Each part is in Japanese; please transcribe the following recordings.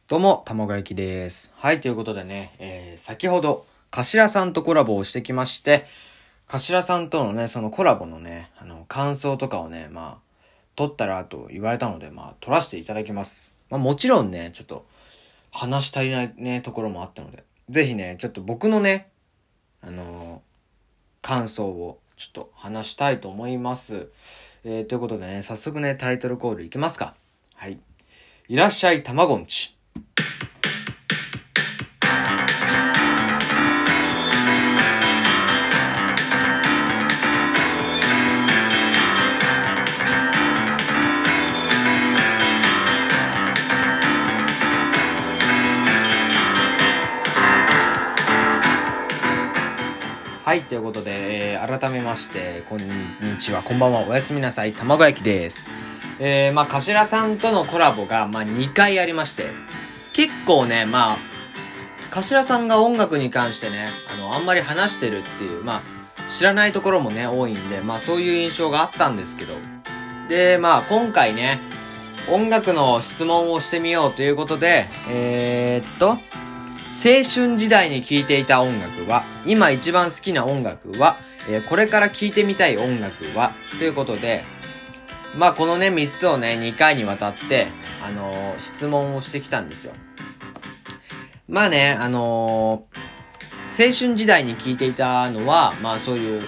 どうも、卵焼きです。はい、ということでね、先ほど、頭さんとコラボをしてきまして、頭さんとのね、そのコラボのね、感想とかをね、撮ったらと言われたので、撮らせていただきます。もちろんね、ちょっと、話し足りないね、ところもあったので、ぜひね、ちょっと僕のね、感想を、ちょっと話したいと思います。ということでね、早速ね、タイトルコールいきますか。はい。いらっしゃい、たまごんち。はい、ということで、改めまして、こんにちは、こんばんは、おやすみなさい、卵焼きです。頭さんとのコラボが、2回ありまして、結構ね、頭さんが音楽に関してね、あんまり話してるっていう、知らないところもね、多いんで、そういう印象があったんですけど、で、今回ね、音楽の質問をしてみようということで、青春時代に聴いていた音楽は、今一番好きな音楽は、これから聴いてみたい音楽は、ということで、このね、3つをね、2回にわたって、質問をしてきたんですよ。青春時代に聴いていたのは、そういう、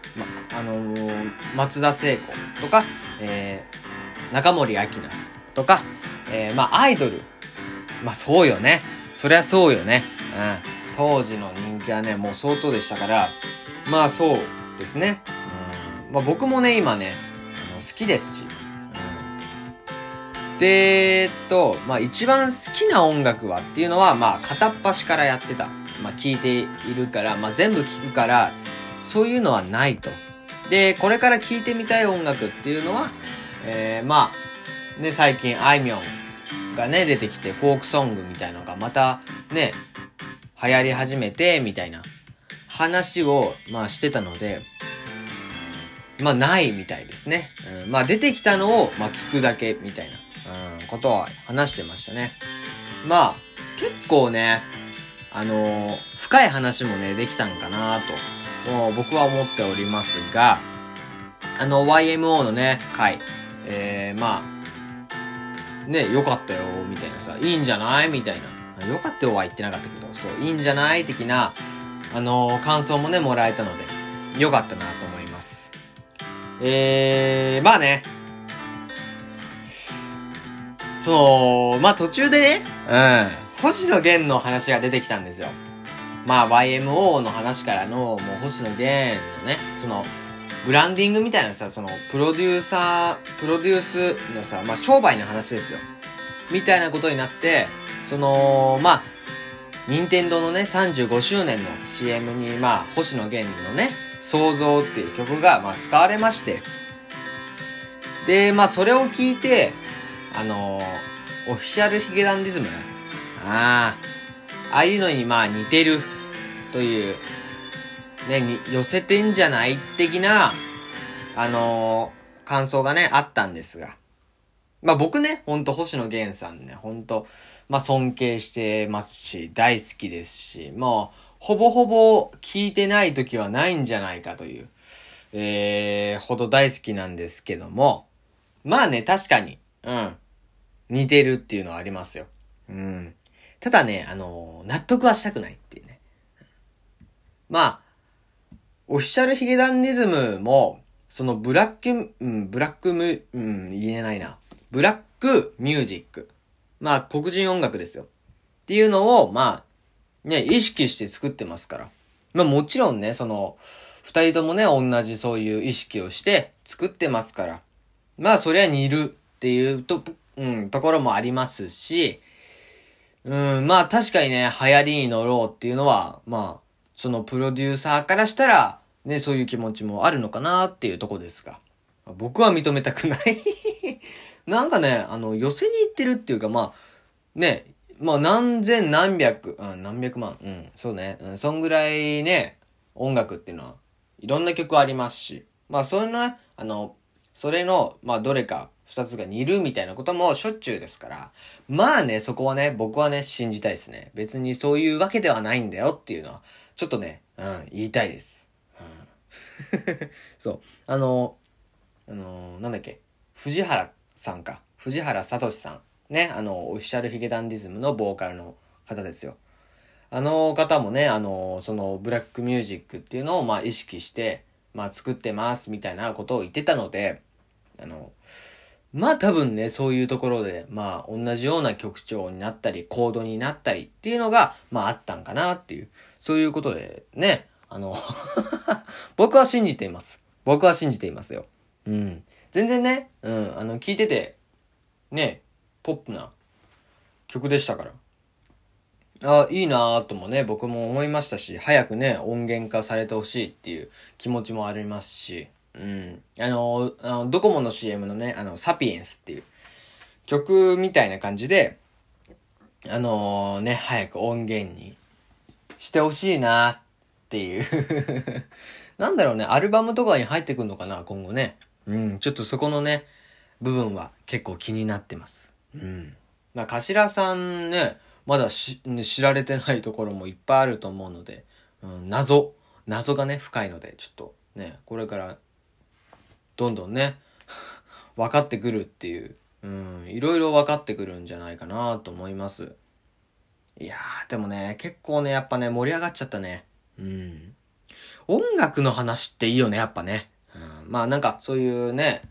松田聖子とか、中森明菜さんとか、アイドル。そうよね。そりゃそうよね。うん。当時の人気はね、もう相当でしたから、そうですね。僕もね、今ね、好きですし。で、一番好きな音楽はっていうのは、片っ端からやってた。聴いているから、全部聴くから、そういうのはないと。で、これから聴いてみたい音楽っていうのは、最近、あいみょんがね、出てきて、フォークソングみたいのがまた、ね、流行り始めて、みたいな話を、してたので、ないみたいですね。出てきたのを、聞くだけ、みたいな、ことは話してましたね。結構ね、深い話もね、できたんかなと、僕は思っておりますが、YMO のね、回、良かったよ、みたいなさ、いいんじゃないみたいな。良かったよは言ってなかったけど、そう、いいんじゃない的な、感想もね、もらえたので、良かったなと思います。途中でね、星野源の話が出てきたんですよ。YMO の話からの、もう星野源のね、ブランディングみたいなさ、プロデュースのさ、商売の話ですよ。みたいなことになって、任天堂のね、35周年の CM に、星野源のね、創造っていう曲が、使われまして。で、それを聞いて、オフィシャルヒゲダンディズムああいうのに似てるという、ね、寄せてんじゃない的な、感想がね、あったんですが。僕ね、ほんと星野源さんね、ほんと、尊敬してますし、大好きですし、もう、ほぼほぼ聞いてない時はないんじゃないかという、ほど大好きなんですけども、確かに、似てるっていうのはありますよ。ただね、納得はしたくないっていうね。オフィシャルヒゲダンディズムも、ブラックミュージック。黒人音楽ですよ。っていうのを、意識して作ってますから。もちろんね、二人ともね、同じそういう意識をして作ってますから。そりゃ似るっていうところもありますし、確かにね、流行りに乗ろうっていうのは、プロデューサーからしたら、ね、そういう気持ちもあるのかなっていうとこですが。僕は認めたくないなんかね、寄せに行ってるっていうか、何千何百、何百万、そうね、そんぐらいね、音楽っていうのは、いろんな曲ありますし、それの、どれか二つが似るみたいなこともしょっちゅうですから、まあね、そこはね、僕はね、信じたいですね。別にそういうわけではないんだよっていうのは、ちょっとね、言いたいです。そう。なんだっけ、藤原さんか。藤原聡さん。ね、オフィシャルヒゲダンディズムのボーカルの方ですよ。あの方もね、そのブラックミュージックっていうのをまあ意識して、まあ作ってますみたいなことを言ってたので、まあ多分ね、そういうところで、まあ同じような曲調になったり、コードになったりっていうのが、まああったんかなっていう、そういうことでね、僕は信じています。僕は信じていますよ。うん。全然ね、聞いてて、ね、ポップな曲でしたから。あ、いいなぁともね、僕も思いましたし、早くね、音源化されてほしいっていう気持ちもありますし、うん。ドコモの CM のね、サピエンスっていう曲みたいな感じで、早く音源にしてほしいなっていうなんだろうね、アルバムとかに入ってくんのかな、今後ね。うん、ちょっとそこのね、部分は結構気になってます。うん。まあ、頭さんね、まだ知られてないところもいっぱいあると思うので、うん、謎がね、深いので、ちょっとね、これからどんどんね、分かってくるっていう、うん、いろいろ分かってくるんじゃないかなと思います。いやー、でもね、結構ね、やっぱね、盛り上がっちゃったね。うん。音楽の話っていいよね、やっぱね。うん、まあなんか、そういうね、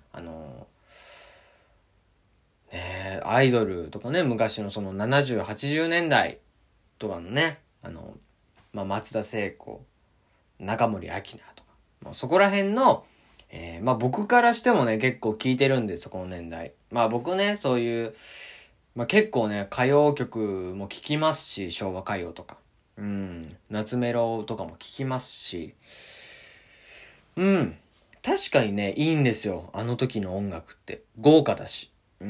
アイドルとかね、昔のその70、80年代とかのね、まあ、松田聖子、中森明菜とか、まあ、そこら辺の、まあ僕からしてもね、結構聴いてるんで、そこの年代。まあ僕ね、そういう、まあ結構ね、歌謡曲も聴きますし、昭和歌謡とか。うん、夏メロとかも聴きますし、うん、確かにね、いいんですよ。あの時の音楽って。豪華だし。うん、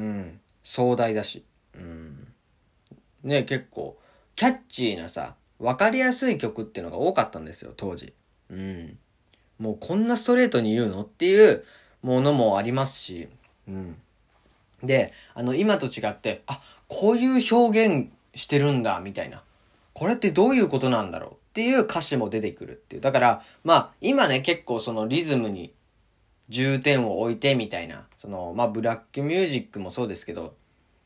壮大だし。うん。ね、結構、キャッチーなさ、わかりやすい曲っていうのが多かったんですよ、当時。うん。もうこんなストレートに言うのっていうものもありますし、うん。で、今と違って、あ、こういう表現してるんだ、みたいな。これってどういうことなんだろうっていう歌詞も出てくるっていう。だから、まあ、今ね、結構そのリズムに重点を置いてみたいな、まあ、ブラックミュージックもそうですけど、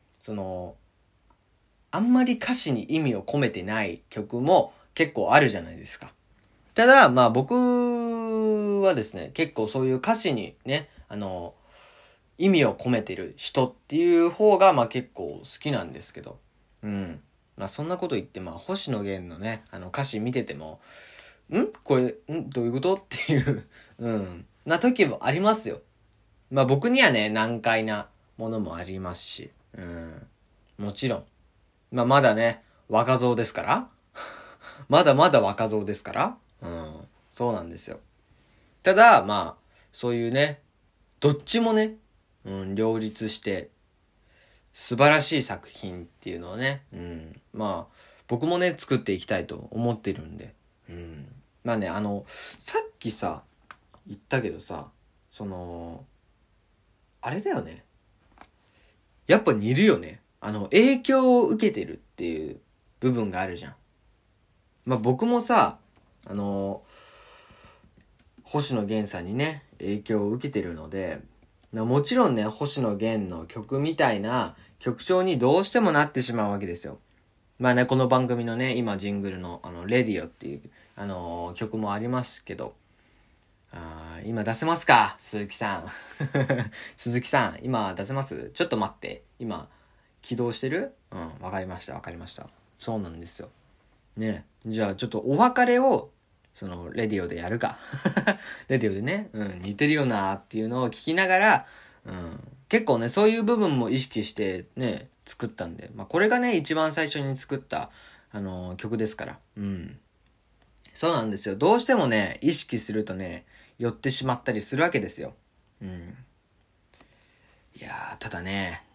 あんまり歌詞に意味を込めてない曲も結構あるじゃないですか。ただ、まあ僕はですね、結構そういう歌詞にね、意味を込めてる人っていう方が、まあ結構好きなんですけど、うん。まあそんなこと言って、まあ星野源のね、歌詞見てても、これ、どういうことっていう、うん。な時もありますよ。まあ僕にはね、難解なものもありますし、うん。もちろん。まあまだね、若造ですからまだまだ若造ですから。うん。そうなんですよ。ただ、まあ、そういうね、どっちもね、両立して、素晴らしい作品っていうのをね、まあ、僕もね、作っていきたいと思ってるんで、まあね、さっきさ、言ったけどさ、あれだよね。やっぱ似るよね。影響を受けてるっていう部分があるじゃん。まあ僕もさ、星野源さんにね、影響を受けてるので、もちろんね、星野源の曲みたいな曲調にどうしてもなってしまうわけですよ。まあね、この番組のね、今ジングルの、レディオっていう、曲もありますけど、今出せますか鈴木さん。鈴木さん、今出せますちょっと待って。今、起動してるわかりました、わかりました。そうなんですよ。ね。じゃあ、ちょっとお別れを、レディオでやるか。レディオでね、似てるよなっていうのを聞きながら、結構ね、そういう部分も意識してね、作ったんで、まあ、これがね、一番最初に作った、曲ですから。そうなんですよ。どうしてもね、意識するとね、寄ってしまったりするわけですよ。いやー、ただね、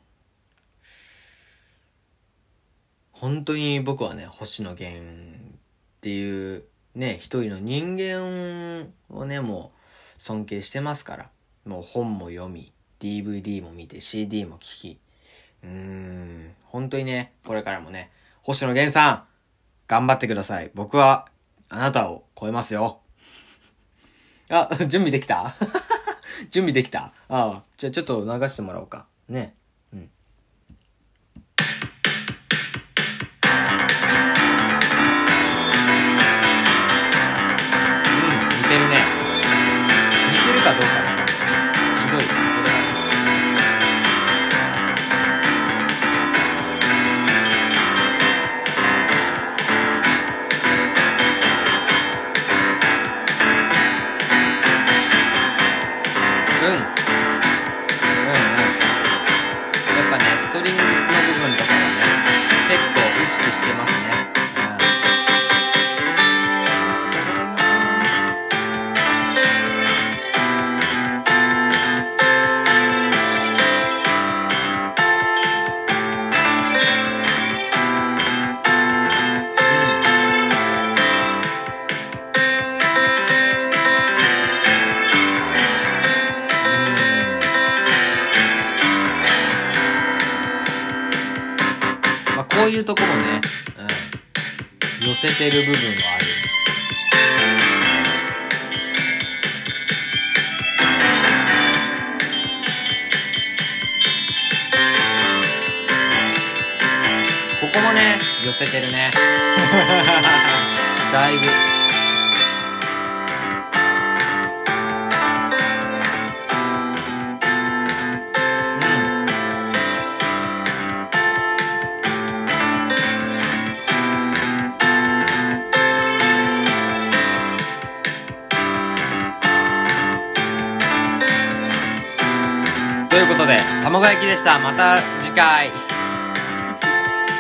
本当に僕はね、星野源っていうね、一人の人間をね、もう尊敬してますから。もう本も読み、 DVD も見て CD も聴き。本当にね、これからもね、星野源さん、頑張ってください。僕は、あなたを超えますよ。あ、準備できた準備できたじゃあちょっと流してもらおうか。ね。似てるね。似てるかどうかだけど。ひどい。それはやっぱね、ストリングスの部分とかはね、結構意識してますね。こういうとこもね、寄せてる部分はある。ここもね、寄せてるね。だいぶ。ということで、卵焼きでした。また次回。